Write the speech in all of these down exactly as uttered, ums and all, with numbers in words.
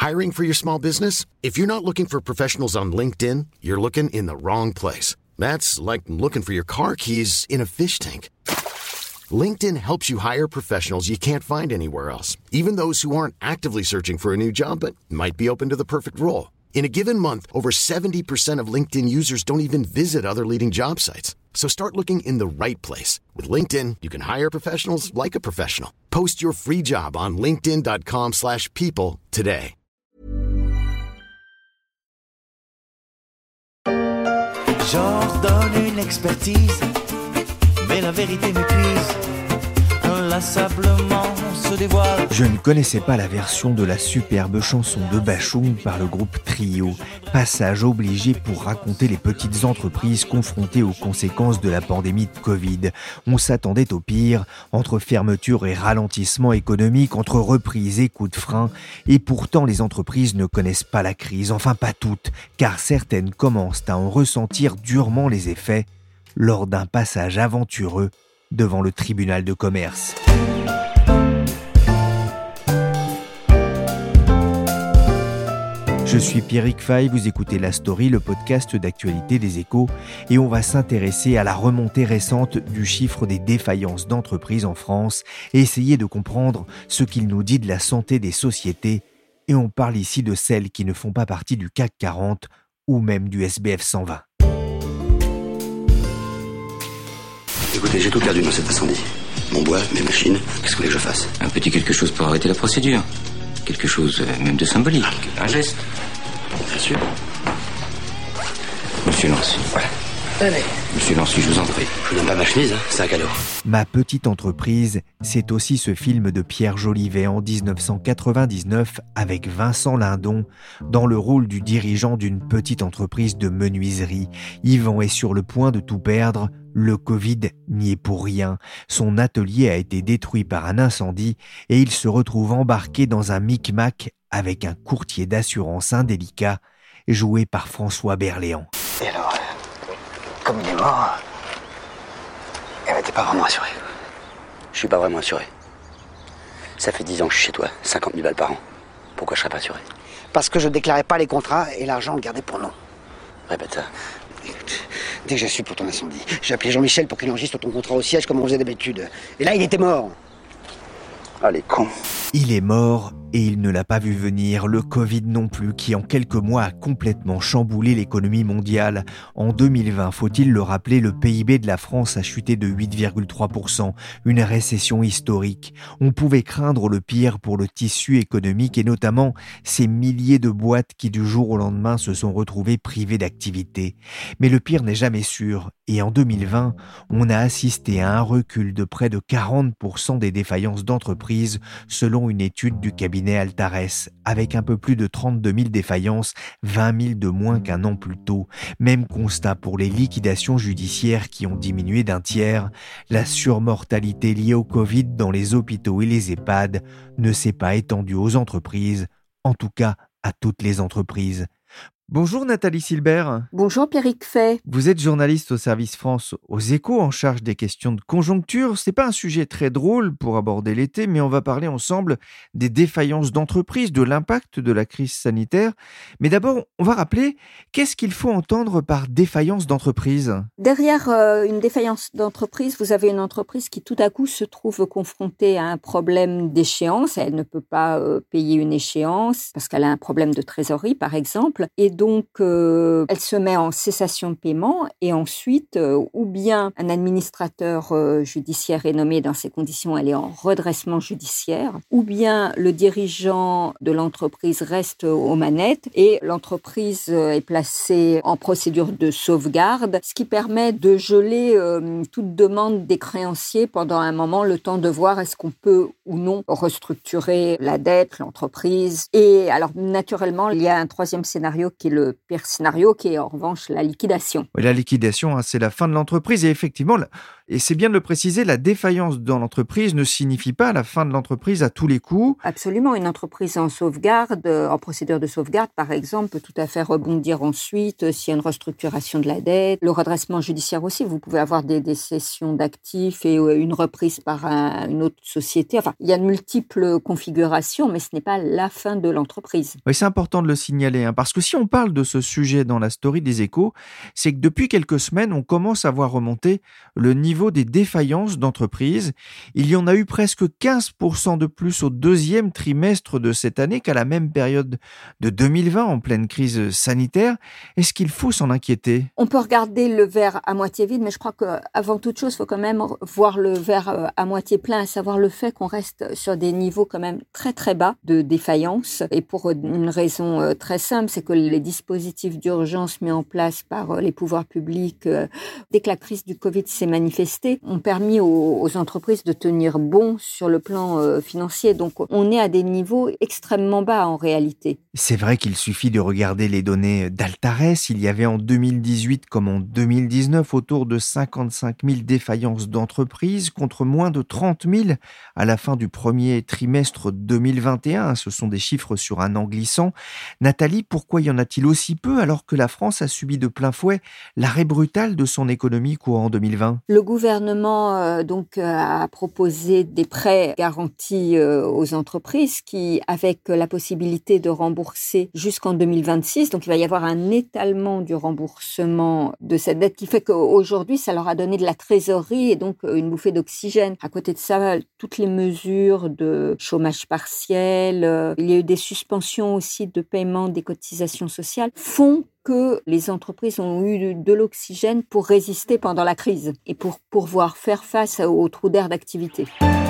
Hiring for your small business? If you're not looking for professionals on LinkedIn, you're looking in the wrong place. That's like looking for your car keys in a fish tank. LinkedIn helps you hire professionals you can't find anywhere else, even those who aren't actively searching for a new job but might be open to the perfect role. In a given month, over seventy percent of LinkedIn users don't even visit other leading job sites. So start looking in the right place. With LinkedIn, you can hire professionals like a professional. Post your free job on linkedin.com slash people today. J'ordonne une expertise, mais la vérité m'épuise. Inlassablement se dévoile. Je ne connaissais pas la version de la superbe chanson de Bachung par le groupe Trio. Passage obligé pour raconter les petites entreprises confrontées aux conséquences de la pandémie de Covid. On s'attendait au pire, entre fermeture et ralentissement économique, entre reprise et coups de frein. Et pourtant, les entreprises ne connaissent pas la crise, enfin pas toutes, car certaines commencent à en ressentir durement les effets lors d'un passage aventureux devant le tribunal de commerce. Je suis Pierrick Fay, vous écoutez La Story, le podcast d'actualité des Échos, et on va s'intéresser à la remontée récente du chiffre des défaillances d'entreprises en France et essayer de comprendre ce qu'il nous dit de la santé des sociétés. Et on parle ici de celles qui ne font pas partie du C A C quarante ou même du S B F cent vingt. Écoutez, j'ai tout perdu dans cet incendie. Mon bois, mes machines, qu'est-ce que vous voulez que je fasse? Un petit quelque chose pour arrêter la procédure. Quelque chose euh, même de symbolique. Un geste. Bien sûr. Monsieur Lancy. Voilà. Allez. Monsieur Lancy, je vous en prie. Je vous donne pas ma chemise, hein, c'est un cadeau. Ma petite entreprise, c'est aussi ce film de Pierre Jolivet en dix-neuf cent quatre-vingt-dix-neuf avec Vincent Lindon dans le rôle du dirigeant d'une petite entreprise de menuiserie. Yvan est sur le point de tout perdre. Le Covid n'y est pour rien. Son atelier a été détruit par un incendie et il se retrouve embarqué dans un micmac avec un courtier d'assurance indélicat joué par François Berléand. Et alors, comme il est mort, eh ben t'es pas vraiment assuré. Je suis pas vraiment assuré. Ça fait dix ans que je suis chez toi, cinquante mille balles par an. Pourquoi je serais pas assuré? Parce que je déclarais pas les contrats et l'argent le gardait pour nous. Répète ça. Écoute, dès que j'ai su pour ton incendie, j'ai appelé Jean-Michel pour qu'il enregistre ton contrat au siège comme on faisait d'habitude. Et là, il était mort. Ah, les cons. Il est mort et il ne l'a pas vu venir, le Covid non plus, qui en quelques mois a complètement chamboulé l'économie mondiale. En deux mille vingt, faut-il le rappeler, le P I B de la France a chuté de huit virgule trois pour cent, une récession historique. On pouvait craindre le pire pour le tissu économique et notamment ces milliers de boîtes qui du jour au lendemain se sont retrouvées privées d'activité. Mais le pire n'est jamais sûr et en deux mille vingt, on a assisté à un recul de près de quarante pour cent des défaillances d'entreprises selon une étude du cabinet Altares, avec un peu plus de trente-deux mille défaillances, vingt mille de moins qu'un an plus tôt. Même constat pour les liquidations judiciaires qui ont diminué d'un tiers. La surmortalité liée au Covid dans les hôpitaux et les EHPAD ne s'est pas étendue aux entreprises, en tout cas à toutes les entreprises. Bonjour Nathalie Silbert. Bonjour Pierrick Fay. Vous êtes journaliste au service France aux Échos en charge des questions de conjoncture. C'est pas un sujet très drôle pour aborder l'été, mais on va parler ensemble des défaillances d'entreprises, de l'impact de la crise sanitaire. Mais d'abord, on va rappeler qu'est-ce qu'il faut entendre par défaillance d'entreprise. Derrière euh, une défaillance d'entreprise, vous avez une entreprise qui tout à coup se trouve confrontée à un problème d'échéance. Elle ne peut pas euh, payer une échéance parce qu'elle a un problème de trésorerie, par exemple. Et donc, euh, elle se met en cessation de paiement et ensuite, euh, ou bien un administrateur euh, judiciaire est nommé dans ces conditions, elle est en redressement judiciaire, ou bien le dirigeant de l'entreprise reste aux manettes et l'entreprise est placée en procédure de sauvegarde, ce qui permet de geler euh, toute demande des créanciers pendant un moment, le temps de voir est-ce qu'on peut ou non restructurer la dette, l'entreprise. Et alors, naturellement, il y a un troisième scénario qui est le pire scénario, qui est en revanche la liquidation. Oui, la liquidation, hein, c'est la fin de l'entreprise. Et effectivement, et c'est bien de le préciser, la défaillance dans l'entreprise ne signifie pas la fin de l'entreprise à tous les coups. Absolument. Une entreprise en sauvegarde, en procédure de sauvegarde, par exemple, peut tout à fait rebondir ensuite s'il y a une restructuration de la dette. Le redressement judiciaire aussi, vous pouvez avoir des, des cessions d'actifs et une reprise par un, une autre société. Enfin, il y a de multiples configurations, mais ce n'est pas la fin de l'entreprise. Oui, c'est important de le signaler, hein, parce que si on parle de ce sujet dans la story des Échos, c'est que depuis quelques semaines, on commence à voir remonter le niveau des défaillances d'entreprises. Il y en a eu presque quinze pour cent de plus au deuxième trimestre de cette année qu'à la même période de deux mille vingt, en pleine crise sanitaire. Est-ce qu'il faut s'en inquiéter ? On peut regarder le verre à moitié vide, mais je crois qu'avant toute chose, il faut quand même voir le verre à moitié plein, à savoir le fait qu'on reste sur des niveaux quand même très très bas de défaillance. Et pour une raison très simple, c'est que les dispositifs d'urgence mis en place par les pouvoirs publics, dès que la crise du Covid s'est manifestée, ont permis aux, aux entreprises de tenir bon sur le plan financier. Donc on est à des niveaux extrêmement bas en réalité. C'est vrai qu'il suffit de regarder les données d'Altares. Il y avait en deux mille dix-huit comme en deux mille dix-neuf autour de cinquante-cinq mille défaillances d'entreprises contre moins de trente mille à la fin du premier trimestre deux mille vingt et un. Ce sont des chiffres sur un an glissant. Nathalie, pourquoi y en a-t-il aussi peu alors que la France a subi de plein fouet l'arrêt brutal de son économie courant deux mille vingt ? Le gouvernement euh, donc euh, a proposé des prêts garantis euh, aux entreprises qui, avec la possibilité de rembourser jusqu'en deux mille vingt-six, donc il va y avoir un étalement du remboursement de cette dette qui fait qu'aujourd'hui, ça leur a donné de la trésorerie et donc une bouffée d'oxygène. À côté de ça, toutes les mesures de chômage partiel, euh, il y a eu des suspensions aussi de paiement des cotisations sociales, font que les entreprises ont eu de l'oxygène pour résister pendant la crise et pour pouvoir faire face aux trous d'air d'activité.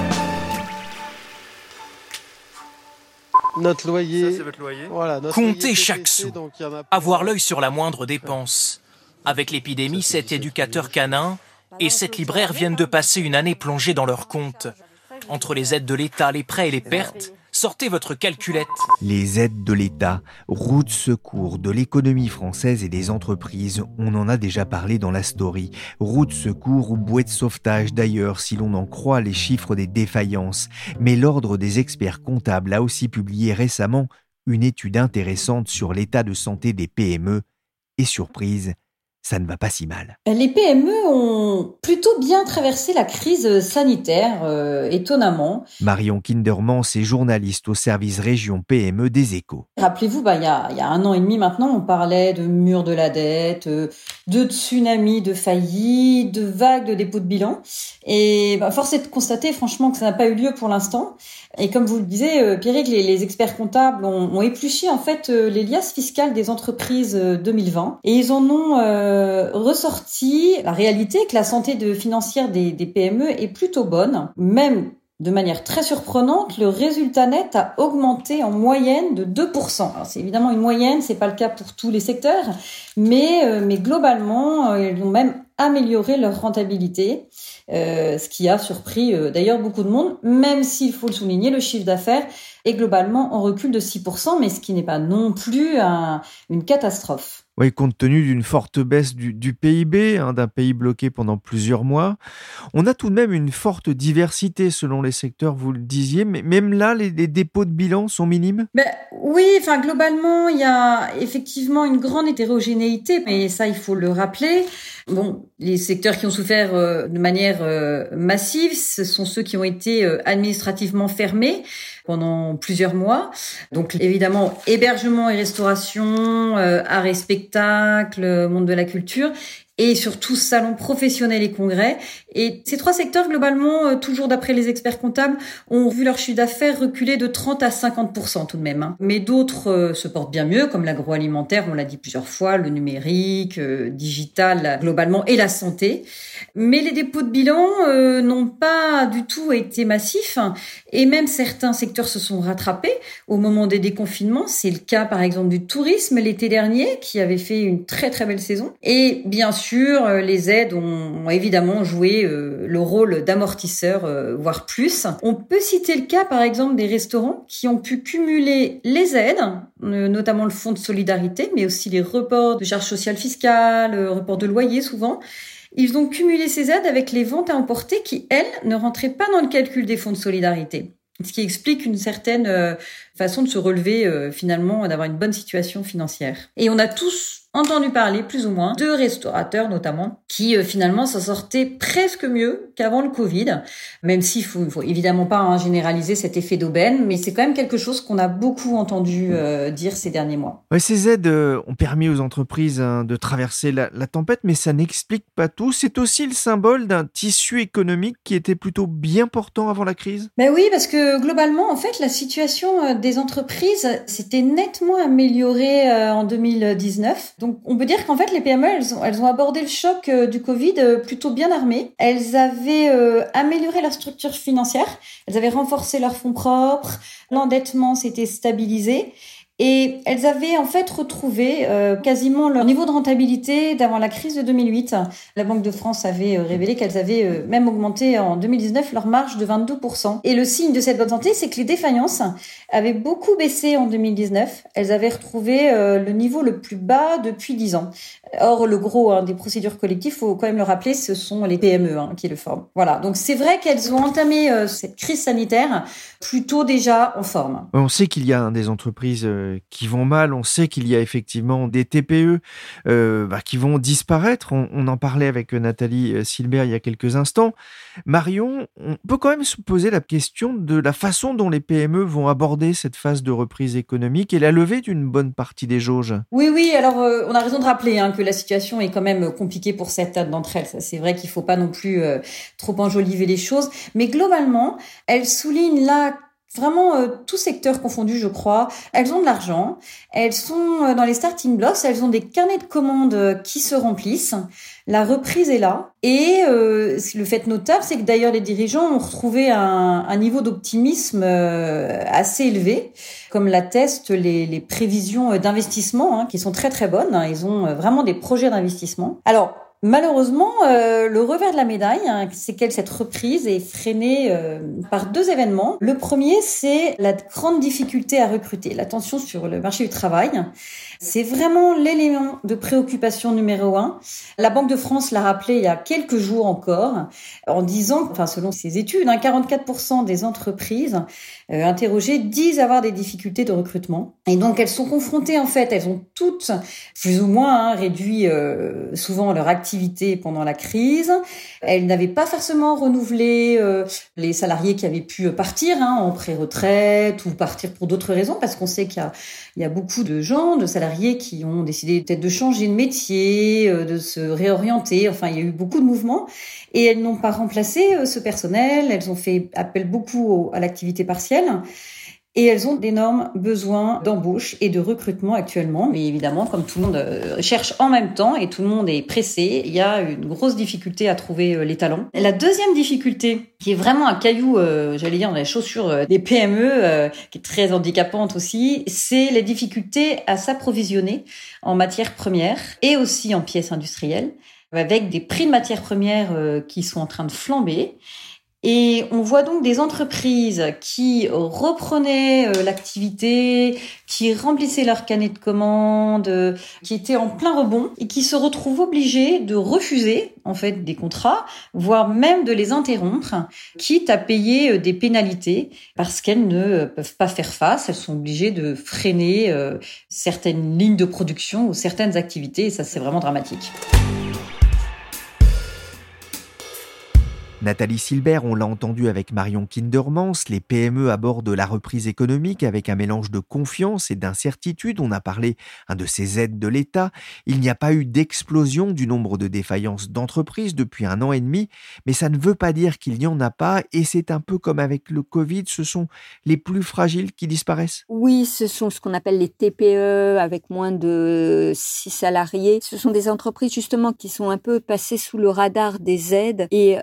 Notre loyer. Ça, c'est votre loyer. Voilà, notre Comptez loyer chaque P T C, sou. donc il y en a... Avoir l'œil sur la moindre dépense. Avec l'épidémie, cet éducateur canin et cette libraire viennent de passer une année plongée dans leurs comptes. Entre les aides de l'État, les prêts et les pertes, sortez votre calculette. Les aides de l'État, roue de secours de l'économie française et des entreprises, on en a déjà parlé dans la story. Roue de secours ou bouée de sauvetage d'ailleurs, si l'on en croit les chiffres des défaillances. Mais l'Ordre des experts comptables a aussi publié récemment une étude intéressante sur l'état de santé des P M E. Et surprise, ça ne va pas si mal. Les P M E ont plutôt bien traversé la crise sanitaire, euh, étonnamment. Marion Kindermans est journaliste au service région P M E des Échos. Rappelez-vous, bah, il y a, il y a un an et demi maintenant, on parlait de mur de la dette, de tsunami, de faillites, de vagues de dépôt de bilan. Et bah, force est de constater franchement que ça n'a pas eu lieu pour l'instant. Et comme vous le disiez, euh, Pierrick, les, les experts comptables ont, ont épluché en fait euh, les liasses fiscales des entreprises euh, deux mille vingt. Et ils en ont euh, ressorti la réalité que la santé de, financière des, des P M E est plutôt bonne. Même de manière très surprenante, le résultat net a augmenté en moyenne de deux pour cent. Alors c'est évidemment une moyenne, c'est pas le cas pour tous les secteurs, mais, euh, mais globalement, euh, ils ont même amélioré leur rentabilité, euh, ce qui a surpris euh, d'ailleurs beaucoup de monde, même s'il faut le souligner, le chiffre d'affaires est globalement en recul de six pour cent, mais ce qui n'est pas non plus un, une catastrophe. Oui, compte tenu d'une forte baisse du, du P I B, hein, d'un pays bloqué pendant plusieurs mois, on a tout de même une forte diversité selon les secteurs, vous le disiez, mais même là, les, les dépôts de bilan sont minimes ? Ben, oui, enfin globalement, il y a effectivement une grande hétérogénéité, mais ça, il faut le rappeler. Bon, les secteurs qui ont souffert euh, de manière euh, massive, ce sont ceux qui ont été euh, administrativement fermés pendant plusieurs mois. Donc évidemment, hébergement et restauration, euh, arts et spectacles, monde de la culture, et surtout salons professionnels et congrès. Et ces trois secteurs, globalement, euh, toujours d'après les experts comptables, ont vu leur chiffre d'affaires reculer de trente à cinquante pour cent tout de même. Hein. Mais d'autres euh, se portent bien mieux, comme l'agroalimentaire, on l'a dit plusieurs fois, le numérique, euh, digital, globalement, et la santé. Mais les dépôts de bilan euh, n'ont pas du tout été massifs, hein, et même certains secteurs se sont rattrapés au moment des déconfinements. C'est le cas, par exemple, du tourisme l'été dernier, qui avait fait une très très belle saison. Et bien sûr, sûr, les aides ont évidemment joué euh, le rôle d'amortisseur, euh, voire plus. On peut citer le cas, par exemple, des restaurants qui ont pu cumuler les aides, euh, notamment le fonds de solidarité, mais aussi les reports de charges sociales fiscales, euh, reports de loyer souvent. Ils ont cumulé ces aides avec les ventes à emporter qui, elles, ne rentraient pas dans le calcul des fonds de solidarité. Ce qui explique une certaine euh, façon de se relever, euh, finalement, d'avoir une bonne situation financière. Et on a tous entendu parler, plus ou moins, de restaurateurs notamment, qui euh, finalement s'en sortaient presque mieux qu'avant le Covid, même s'il faut, faut évidemment pas hein, généraliser cet effet d'aubaine, mais c'est quand même quelque chose qu'on a beaucoup entendu euh, dire ces derniers mois. Ouais, ces aides euh, ont permis aux entreprises hein, de traverser la, la tempête, mais ça n'explique pas tout. C'est aussi le symbole d'un tissu économique qui était plutôt bien portant avant la crise. Ben oui, parce que globalement, en fait, la situation des entreprises s'était nettement améliorée euh, en deux mille dix-neuf. Donc, on peut dire qu'en fait, les P M E, elles ont, elles ont abordé le choc euh, du Covid euh, plutôt bien armées. Elles avaient euh, amélioré leur structure financière, elles avaient renforcé leurs fonds propres, l'endettement s'était stabilisé. Et elles avaient en fait retrouvé euh, quasiment leur niveau de rentabilité d'avant la crise de deux mille huit. La Banque de France avait euh, révélé qu'elles avaient euh, même augmenté en deux mille dix-neuf leur marge de vingt-deux pour cent. Et le signe de cette bonne santé, c'est que les défaillances avaient beaucoup baissé en deux mille dix-neuf. Elles avaient retrouvé euh, le niveau le plus bas depuis dix ans. Or, le gros hein, des procédures collectives, faut quand même le rappeler, ce sont les P M E hein, qui le forment. Voilà, donc c'est vrai qu'elles ont entamé euh, cette crise sanitaire plutôt déjà en forme. On sait qu'il y a hein, des entreprises euh, qui vont mal, on sait qu'il y a effectivement des T P E euh, bah, qui vont disparaître. On, on en parlait avec Nathalie Silbert il y a quelques instants. Marion, on peut quand même se poser la question de la façon dont les P M E vont aborder cette phase de reprise économique et la levée d'une bonne partie des jauges. Oui, oui, alors euh, on a raison de rappeler hein, que la situation est quand même compliquée pour certaines d'entre elles. Ça, c'est vrai qu'il faut pas non plus euh, trop enjoliver les choses. Mais globalement, elle souligne là vraiment euh, tout secteur confondu, je crois. Elles ont de l'argent, elles sont euh, dans les starting blocks, elles ont des carnets de commandes euh, qui se remplissent. La reprise est là. Et euh, le fait notable, c'est que d'ailleurs les dirigeants ont retrouvé un, un niveau d'optimisme euh, assez élevé, comme l'attestent les, les prévisions d'investissement, hein, qui sont très très bonnes. Ils ont vraiment des projets d'investissement. Alors, malheureusement, euh, le revers de la médaille, hein, c'est que cette reprise est freinée euh, par deux événements. Le premier, c'est la grande difficulté à recruter, la tension sur le marché du travail. C'est vraiment l'élément de préoccupation numéro un. La Banque de France l'a rappelé il y a quelques jours encore, en disant, enfin selon ses études, hein, quarante-quatre pour cent des entreprises euh, interrogées disent avoir des difficultés de recrutement. Et donc elles sont confrontées, en fait, elles ont toutes plus ou moins hein, réduit euh, souvent leur activité pendant la crise. Elles n'avaient pas forcément renouvelé euh, les salariés qui avaient pu partir hein, en pré-retraite ou partir pour d'autres raisons, parce qu'on sait qu'il y a, il y a beaucoup de gens, de salariés qui ont décidé peut-être de changer de métier, euh, de se réorienter. Enfin, il y a eu beaucoup de mouvements et elles n'ont pas remplacé euh, ce personnel. Elles ont fait appel beaucoup au, à l'activité partielle. Et elles ont d'énormes besoins d'embauche et de recrutement actuellement. Mais évidemment, comme tout le monde cherche en même temps et tout le monde est pressé, il y a une grosse difficulté à trouver les talents. Et la deuxième difficulté, qui est vraiment un caillou, euh, j'allais dire, dans les chaussures des P M E, euh, qui est très handicapante aussi, c'est les difficultés à s'approvisionner en matières premières et aussi en pièces industrielles, avec des prix de matières premières euh, qui sont en train de flamber. Et on voit donc des entreprises qui reprenaient euh, l'activité, qui remplissaient leurs carnets de commandes, euh, qui étaient en plein rebond et qui se retrouvent obligées de refuser en fait des contrats, voire même de les interrompre, quitte à payer euh, des pénalités parce qu'elles ne peuvent pas faire face. Elles sont obligées de freiner euh, certaines lignes de production ou certaines activités et ça c'est vraiment dramatique. Nathalie Silbert, on l'a entendu avec Marion Kindermans, les P M E abordent la reprise économique avec un mélange de confiance et d'incertitude. On a parlé hein, de ces aides de l'État. Il n'y a pas eu d'explosion du nombre de défaillances d'entreprises depuis un an et demi, mais ça ne veut pas dire qu'il n'y en a pas et c'est un peu comme avec le Covid, ce sont les plus fragiles qui disparaissent. Oui, ce sont ce qu'on appelle les T P E avec moins de six salariés. Ce sont des entreprises justement qui sont un peu passées sous le radar des aides et qui avec la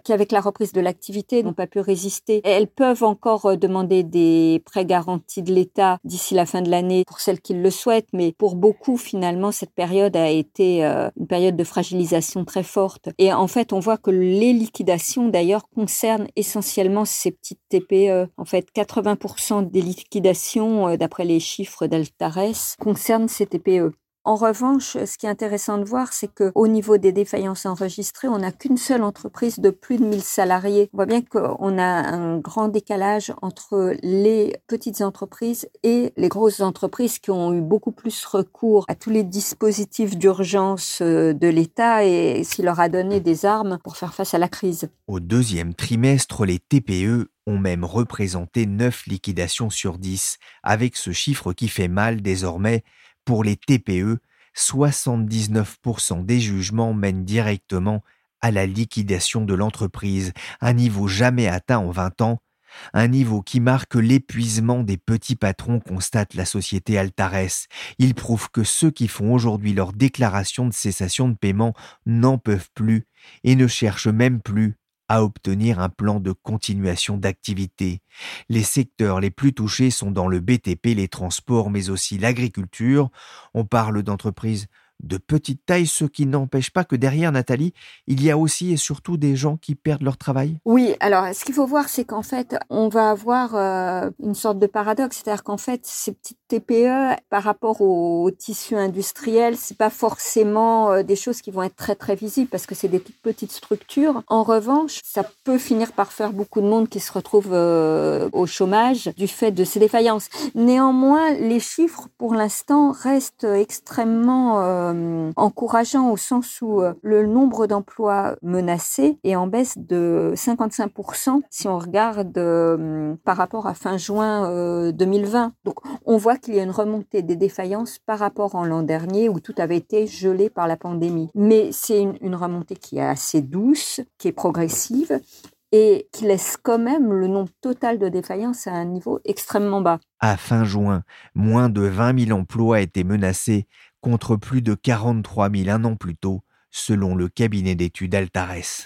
reprises de l'activité n'ont pas pu résister. Elles peuvent encore demander des prêts garantis de l'État d'ici la fin de l'année pour celles qui le souhaitent, mais pour beaucoup, finalement, cette période a été euh, une période de fragilisation très forte. Et en fait, on voit que les liquidations, d'ailleurs, concernent essentiellement ces petites T P E. En fait, quatre-vingts pour cent des liquidations, euh, d'après les chiffres d'Altares, concernent ces T P E. En revanche, ce qui est intéressant de voir, c'est qu'au niveau des défaillances enregistrées, on n'a qu'une seule entreprise de plus de mille salariés. On voit bien qu'on a un grand décalage entre les petites entreprises et les grosses entreprises qui ont eu beaucoup plus recours à tous les dispositifs d'urgence de l'État et ce qui leur a donné des armes pour faire face à la crise. Au deuxième trimestre, les T P E ont même représenté neuf liquidations sur dix, avec ce chiffre qui fait mal désormais. Pour les T P E, soixante-dix-neuf pour cent des jugements mènent directement à la liquidation de l'entreprise, un niveau jamais atteint en vingt ans, un niveau qui marque l'épuisement des petits patrons, constate la société Altares. Il prouve que ceux qui font aujourd'hui leur déclaration de cessation de paiement n'en peuvent plus et ne cherchent même plus à obtenir un plan de continuation d'activité. Les secteurs les plus touchés sont dans le B T P, les transports, mais aussi l'agriculture. On parle d'entreprises de petite taille, ce qui n'empêche pas que derrière, Nathalie, il y a aussi et surtout des gens qui perdent leur travail. Oui, alors ce qu'il faut voir, c'est qu'en fait, on va avoir euh, une sorte de paradoxe, c'est-à-dire qu'en fait, ces petites T P E, par rapport au, au tissu industriel, c'est pas forcément euh, des choses qui vont être très très visibles parce que c'est des toutes petites structures. En revanche, ça peut finir par faire beaucoup de monde qui se retrouve euh, au chômage du fait de ces défaillances. Néanmoins, les chiffres, pour l'instant, restent extrêmement euh, encourageant au sens où euh, le nombre d'emplois menacés est en baisse de cinquante-cinq pour cent si on regarde euh, par rapport à fin juin euh, deux mille vingt. Donc on voit qu'il y a une remontée des défaillances par rapport à l'an dernier où tout avait été gelé par la pandémie. Mais c'est une, une remontée qui est assez douce, qui est progressive et qui laisse quand même le nombre total de défaillances à un niveau extrêmement bas. À fin juin, moins de vingt mille emplois étaient menacés contre plus de quarante-trois mille un an plus tôt, selon le cabinet d'études Altares.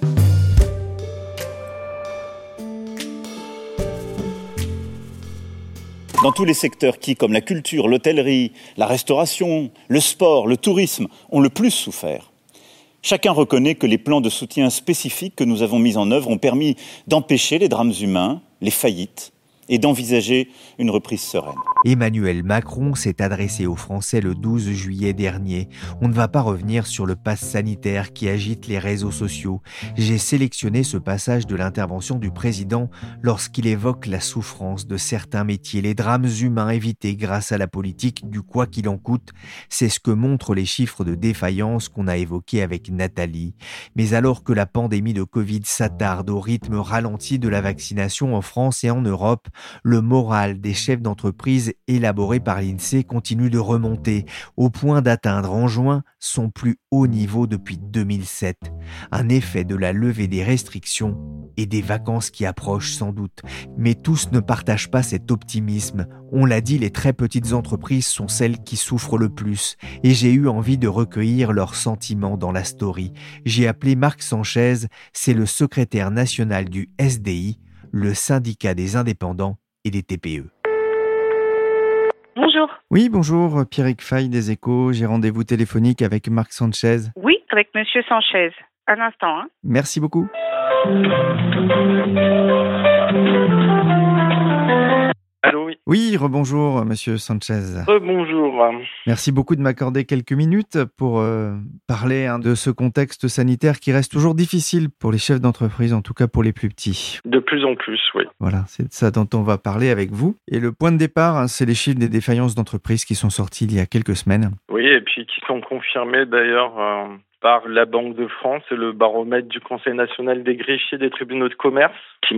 Dans tous les secteurs qui, comme la culture, l'hôtellerie, la restauration, le sport, le tourisme, ont le plus souffert, chacun reconnaît que les plans de soutien spécifiques que nous avons mis en œuvre ont permis d'empêcher les drames humains, les faillites, et d'envisager une reprise sereine. Emmanuel Macron s'est adressé aux Français le douze juillet dernier. On ne va pas revenir sur le pass sanitaire qui agite les réseaux sociaux. J'ai sélectionné ce passage de l'intervention du président lorsqu'il évoque la souffrance de certains métiers, les drames humains évités grâce à la politique du quoi qu'il en coûte. C'est ce que montrent les chiffres de défaillance qu'on a évoqués avec Nathalie. Mais alors que la pandémie de Covid s'attarde au rythme ralenti de la vaccination en France et en Europe, le moral des chefs d'entreprise élaboré par l'INSEE continue de remonter, au point d'atteindre en juin son plus haut niveau depuis deux mille sept. Un effet de la levée des restrictions et des vacances qui approchent sans doute. Mais tous ne partagent pas cet optimisme. On l'a dit, les très petites entreprises sont celles qui souffrent le plus. Et j'ai eu envie de recueillir leurs sentiments dans la story. J'ai appelé Marc Sanchez, c'est le secrétaire national du S D I, le syndicat des indépendants et des T P E. Bonjour. Oui, bonjour, Pierrick Fay des Échos. J'ai rendez-vous téléphonique avec Marc Sanchez. Oui, avec Monsieur Sanchez. Un instant. Hein. Merci beaucoup. Allô, oui. Oui, rebonjour, Monsieur Sanchez. Rebonjour. Merci beaucoup de m'accorder quelques minutes pour euh, parler hein, de ce contexte sanitaire qui reste toujours difficile pour les chefs d'entreprise, en tout cas pour les plus petits. De plus en plus, oui. Voilà, c'est de ça dont on va parler avec vous. Et le point de départ, hein, c'est les chiffres des défaillances d'entreprises qui sont sortis il y a quelques semaines. Oui, et puis qui sont confirmés d'ailleurs euh, par la Banque de France et le baromètre du Conseil national des greffiers des tribunaux de commerce, qui montre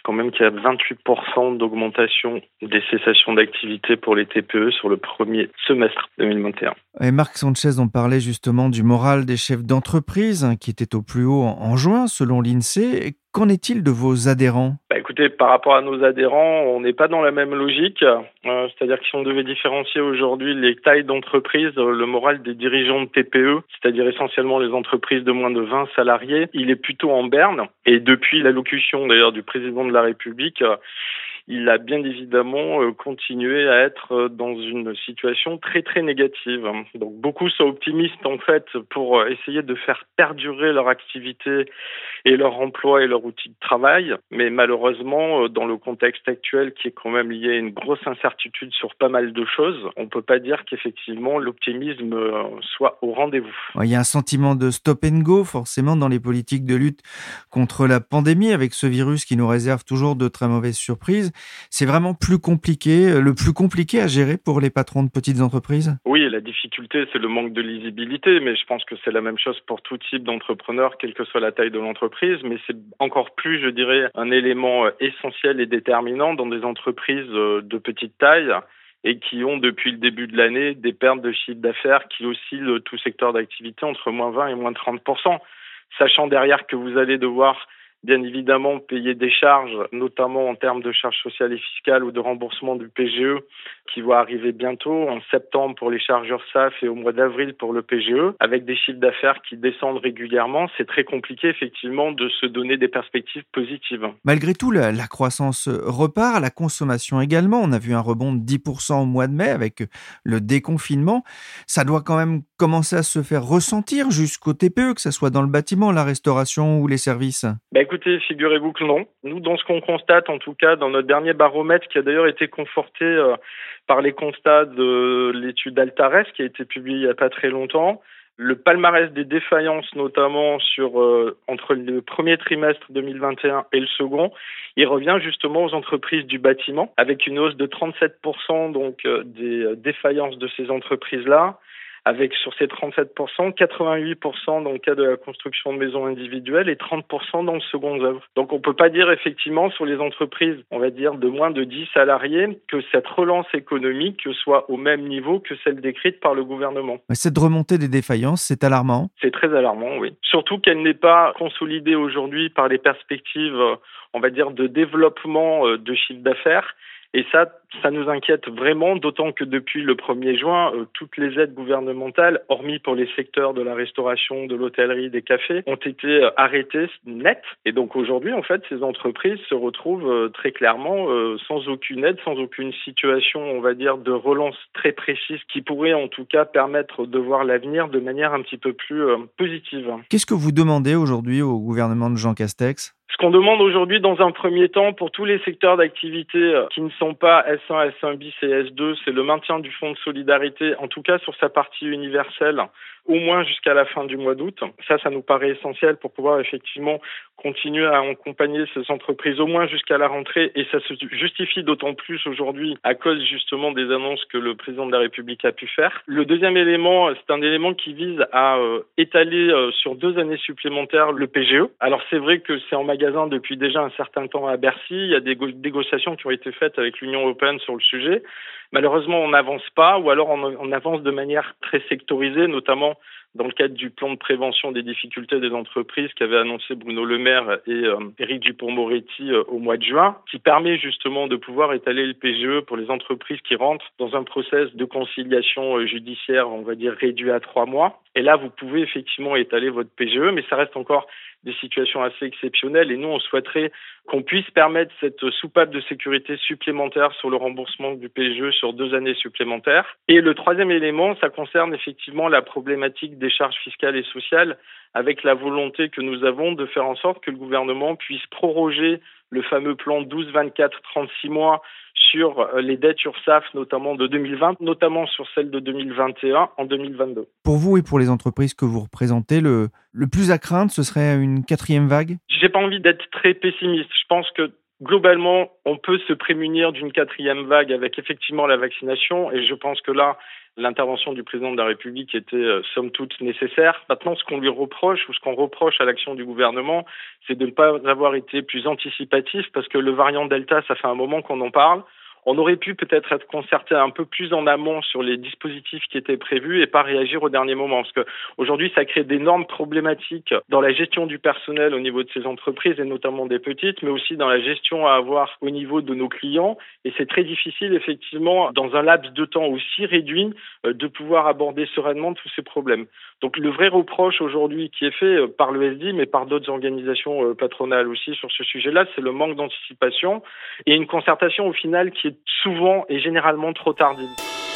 quand même qu'il y a vingt-huit pour cent d'augmentation des cessations d'activité pour les T P E sur le premier semestre deux mille vingt et un. Et Marc Sanchez, on parlait justement du moral des chefs d'entreprise hein, qui était au plus haut en, en juin selon l'INSEE. Qu'en est-il de vos adhérents ? Bah écoutez, par rapport à nos adhérents, on n'est pas dans la même logique. Euh, c'est-à-dire que si on devait différencier aujourd'hui les tailles d'entreprise, le moral des dirigeants de T P E, c'est-à-dire essentiellement les entreprises de moins de vingt salariés, il est plutôt en berne. Et depuis l'allocution d'ailleurs du président de la République, euh, il a bien évidemment euh, continué à être dans une situation très très négative. Donc beaucoup sont optimistes en fait pour essayer de faire perdurer leur activité et leur emploi et leur outil de travail. Mais malheureusement, dans le contexte actuel qui est quand même lié à une grosse incertitude sur pas mal de choses, on ne peut pas dire qu'effectivement l'optimisme soit au rendez-vous. Il y a un sentiment de stop and go forcément dans les politiques de lutte contre la pandémie avec ce virus qui nous réserve toujours de très mauvaises surprises. C'est vraiment plus compliqué, le plus compliqué à gérer pour les patrons de petites entreprises ? Oui, la difficulté, c'est le manque de lisibilité, mais je pense que c'est la même chose pour tout type d'entrepreneur, quelle que soit la taille de l'entreprise, mais c'est encore plus, je dirais, un élément essentiel et déterminant dans des entreprises de petite taille et qui ont, depuis le début de l'année, des pertes de chiffre d'affaires qui oscillent tout secteur d'activité entre moins vingt et moins trente pour cent, sachant derrière que vous allez devoir bien évidemment payer des charges, notamment en termes de charges sociales et fiscales ou de remboursement du P G E, qui va arriver bientôt, en septembre pour les charges URSSAF et au mois d'avril pour le P G E, avec des chiffres d'affaires qui descendent régulièrement. C'est très compliqué, effectivement, de se donner des perspectives positives. Malgré tout, la, la croissance repart, la consommation également. On a vu un rebond de dix pour cent au mois de mai avec le déconfinement. Ça doit quand même commencer à se faire ressentir jusqu'au T P E, que ce soit dans le bâtiment, la restauration ou les services. Bah écoutez, figurez-vous que non. Nous, dans ce qu'on constate, en tout cas, dans notre dernier baromètre, qui a d'ailleurs été conforté euh, par les constats de l'étude Altares, qui a été publiée il n'y a pas très longtemps, le palmarès des défaillances, notamment sur euh, entre le premier trimestre deux mille vingt et un et le second, il revient justement aux entreprises du bâtiment, avec une hausse de trente-sept pour cent donc euh, des défaillances de ces entreprises-là. Avec sur ces trente-sept pour cent, quatre-vingt-huit pour cent dans le cas de la construction de maisons individuelles et trente pour cent dans le second œuvre. Donc on ne peut pas dire effectivement sur les entreprises, on va dire de moins de dix salariés, que cette relance économique soit au même niveau que celle décrite par le gouvernement. Cette remontée des défaillances, c'est alarmant. C'est très alarmant, oui. Surtout qu'elle n'est pas consolidée aujourd'hui par les perspectives, on va dire, de développement de chiffre d'affaires. Et ça, ça nous inquiète vraiment, d'autant que depuis le premier juin, euh, toutes les aides gouvernementales, hormis pour les secteurs de la restauration, de l'hôtellerie, des cafés, ont été euh, arrêtées net. Et donc aujourd'hui, en fait, ces entreprises se retrouvent euh, très clairement euh, sans aucune aide, sans aucune situation, on va dire, de relance très précise qui pourrait en tout cas permettre de voir l'avenir de manière un petit peu plus euh, positive. Qu'est-ce que vous demandez aujourd'hui au gouvernement de Jean Castex ? Ce qu'on demande aujourd'hui dans un premier temps pour tous les secteurs d'activité qui ne sont pas S un, S un bis et S deux, c'est le maintien du fonds de solidarité, en tout cas sur sa partie universelle, au moins jusqu'à la fin du mois d'août. Ça, ça nous paraît essentiel pour pouvoir effectivement continuer à accompagner ces entreprises au moins jusqu'à la rentrée. Et ça se justifie d'autant plus aujourd'hui à cause justement des annonces que le président de la République a pu faire. Le deuxième élément, c'est un élément qui vise à euh, étaler euh, sur deux années supplémentaires le P G E. Alors c'est vrai que c'est en magasin depuis déjà un certain temps à Bercy. Il y a des négociations qui ont été faites avec l'Union européenne sur le sujet. Malheureusement, on n'avance pas, ou alors on, on avance de manière très sectorisée, notamment dans le cadre du plan de prévention des difficultés des entreprises qu'avait annoncé Bruno Le Maire et euh, Éric Dupond-Moretti euh, au mois de juin, qui permet justement de pouvoir étaler le P G E pour les entreprises qui rentrent dans un process de conciliation euh, judiciaire, on va dire réduit à trois mois. Et là, vous pouvez effectivement étaler votre P G E, mais ça reste encore des situations assez exceptionnelles. Et nous, on souhaiterait qu'on puisse permettre cette soupape de sécurité supplémentaire sur le remboursement du P G E sur deux années supplémentaires. Et le troisième élément, ça concerne effectivement la problématique des charges fiscales et sociales, avec la volonté que nous avons de faire en sorte que le gouvernement puisse proroger le fameux plan douze, vingt-quatre, trente-six mois sur les dettes URSSAF, notamment de deux mille vingt, notamment sur celles de deux mille vingt et un en deux mille vingt-deux. Pour vous et pour les entreprises que vous représentez, le, le plus à craindre, ce serait une quatrième vague ? J'ai pas envie d'être très pessimiste. Je pense que globalement, on peut se prémunir d'une quatrième vague avec effectivement la vaccination et je pense que là, l'intervention du président de la République était euh, somme toute nécessaire. Maintenant, ce qu'on lui reproche ou ce qu'on reproche à l'action du gouvernement, c'est de ne pas avoir été plus anticipatif parce que le variant Delta, ça fait un moment qu'on en parle. On aurait pu peut-être être concerté un peu plus en amont sur les dispositifs qui étaient prévus et pas réagir au dernier moment. Parce que aujourd'hui, ça crée d'énormes problématiques dans la gestion du personnel au niveau de ces entreprises et notamment des petites, mais aussi dans la gestion à avoir au niveau de nos clients. Et c'est très difficile, effectivement, dans un laps de temps aussi réduit, de pouvoir aborder sereinement tous ces problèmes. Donc le vrai reproche aujourd'hui qui est fait par le S D I, mais par d'autres organisations patronales aussi sur ce sujet-là, c'est le manque d'anticipation et une concertation au final qui est souvent et généralement trop tardive.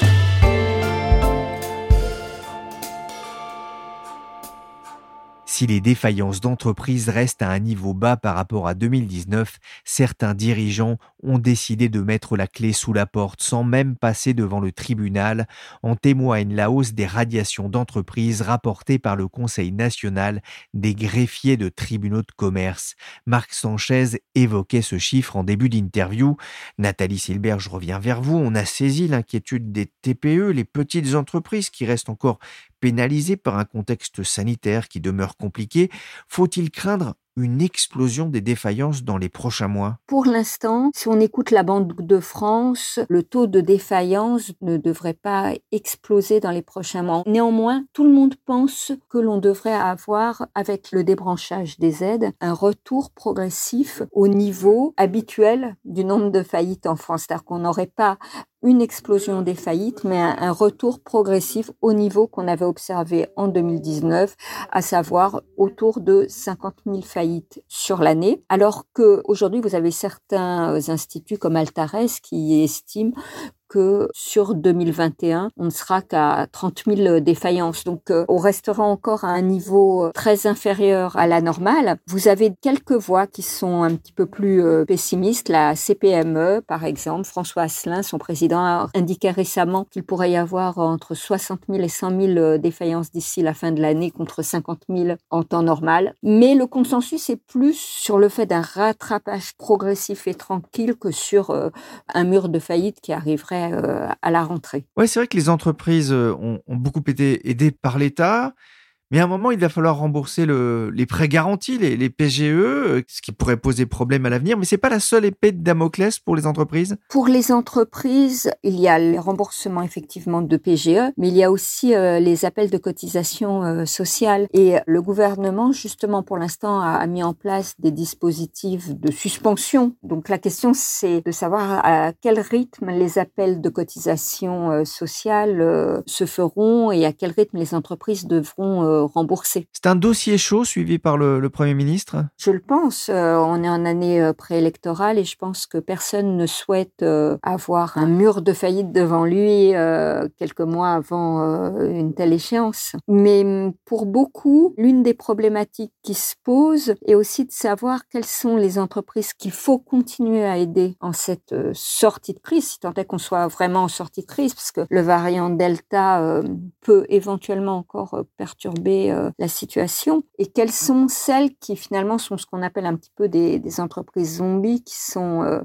Si les défaillances d'entreprises restent à un niveau bas par rapport à deux mille dix-neuf, certains dirigeants ont décidé de mettre la clé sous la porte sans même passer devant le tribunal. En témoigne la hausse des radiations d'entreprises rapportée par le Conseil national des greffiers de tribunaux de commerce. Marc Sanchez évoquait ce chiffre en début d'interview. Nathalie Silbert, je reviens vers vous. On a saisi l'inquiétude des T P E, les petites entreprises qui restent encore pénalisées par un contexte sanitaire qui demeure compliqué. Faut-il craindre une explosion des défaillances dans les prochains mois? Pour l'instant, si on écoute la Banque de France, le taux de défaillance ne devrait pas exploser dans les prochains mois. Néanmoins, tout le monde pense que l'on devrait avoir, avec le débranchage des aides, un retour progressif au niveau habituel du nombre de faillites en France. C'est-à-dire qu'on n'aurait pas une explosion des faillites, mais un, un retour progressif au niveau qu'on avait observé en deux mille dix-neuf, à savoir autour de cinquante mille faillites sur l'année, alors que aujourd'hui vous avez certains instituts comme Altares qui estiment que sur deux mille vingt et un, on ne sera qu'à trente mille défaillances. Donc, euh, on restera encore à un niveau très inférieur à la normale. Vous avez quelques voix qui sont un petit peu plus euh, pessimistes. La C P M E, par exemple, François Asselin, son président, a indiqué récemment qu'il pourrait y avoir entre soixante mille et cent mille défaillances d'ici la fin de l'année contre cinquante mille en temps normal. Mais le consensus est plus sur le fait d'un rattrapage progressif et tranquille que sur euh, un mur de faillite qui arriverait à la rentrée. Ouais, c'est vrai que les entreprises ont, ont beaucoup été aidées par l'État, mais à un moment, il va falloir rembourser le, les prêts garantis, les, les P G E, ce qui pourrait poser problème à l'avenir. Mais c'est pas la seule épée de Damoclès pour les entreprises? Pour les entreprises, il y a les remboursements effectivement de P G E, mais il y a aussi euh, les appels de cotisation euh, sociale. Et le gouvernement, justement, pour l'instant, a, a mis en place des dispositifs de suspension. Donc la question, c'est de savoir à quel rythme les appels de cotisation euh, sociale euh, se feront et à quel rythme les entreprises devront euh, remboursé. C'est un dossier chaud suivi par le, le Premier ministre? Je le pense. Euh, on est en année euh, préélectorale et je pense que personne ne souhaite euh, avoir un mur de faillite devant lui euh, quelques mois avant euh, une telle échéance. Mais pour beaucoup, l'une des problématiques qui se posent est aussi de savoir quelles sont les entreprises qu'il faut continuer à aider en cette euh, sortie de crise, si tant est qu'on soit vraiment en sortie de crise, parce que le variant Delta euh, peut éventuellement encore euh, perturber Euh, la situation, et quelles sont celles qui finalement sont ce qu'on appelle un petit peu des, des entreprises zombies qui sont euh,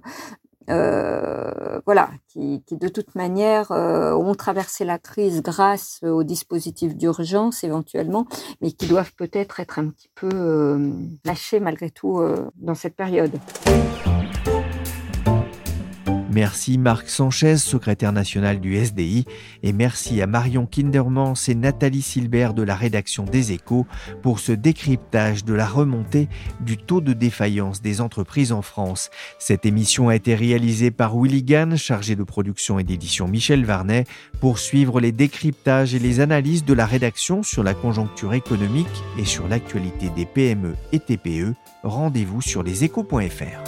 euh, voilà, qui, qui de toute manière euh, ont traversé la crise grâce aux dispositifs d'urgence éventuellement, mais qui doivent peut-être être un petit peu euh, lâchées malgré tout euh, dans cette période. Merci Marc Sanchez, secrétaire national du S D I, et merci à Marion Kindermans et Nathalie Silbert de la rédaction des Échos pour ce décryptage de la remontée du taux de défaillance des entreprises en France. Cette émission a été réalisée par Willy Gann, chargé de production et d'édition Michel Varnet. Pour suivre les décryptages et les analyses de la rédaction sur la conjoncture économique et sur l'actualité des P M E et T P E, rendez-vous sur leséchos point f r.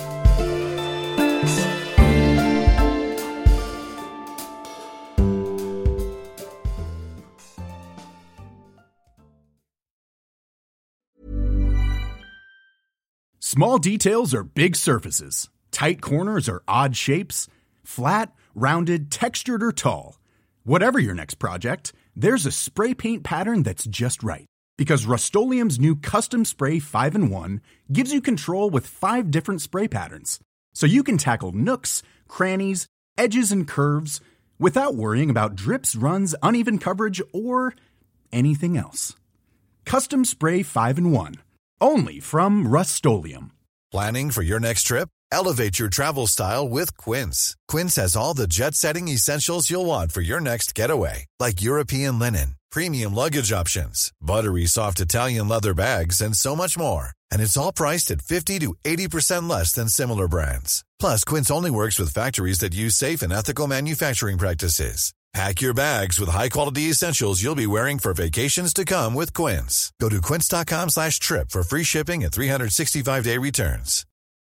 Small details are big surfaces. Tight corners are odd shapes. Flat, rounded, textured, or tall. Whatever your next project, there's a spray paint pattern that's just right. Because Rust-Oleum's new Custom Spray five in one gives you control with five different spray patterns. so you can tackle nooks, crannies, edges, and curves without worrying about drips, runs, uneven coverage, or anything else. Custom Spray five in one. Only from Rust-Oleum. Planning for your next trip? Elevate your travel style with Quince. Quince has all the jet-setting essentials you'll want for your next getaway, like European linen, premium luggage options, buttery soft Italian leather bags, and so much more. And it's all priced at fifty to eighty percent less than similar brands. Plus, Quince only works with factories that use safe and ethical manufacturing practices. Pack your bags with high-quality essentials you'll be wearing for vacations to come with Quince. Go to quince.com slash trip for free shipping and three sixty-five day returns.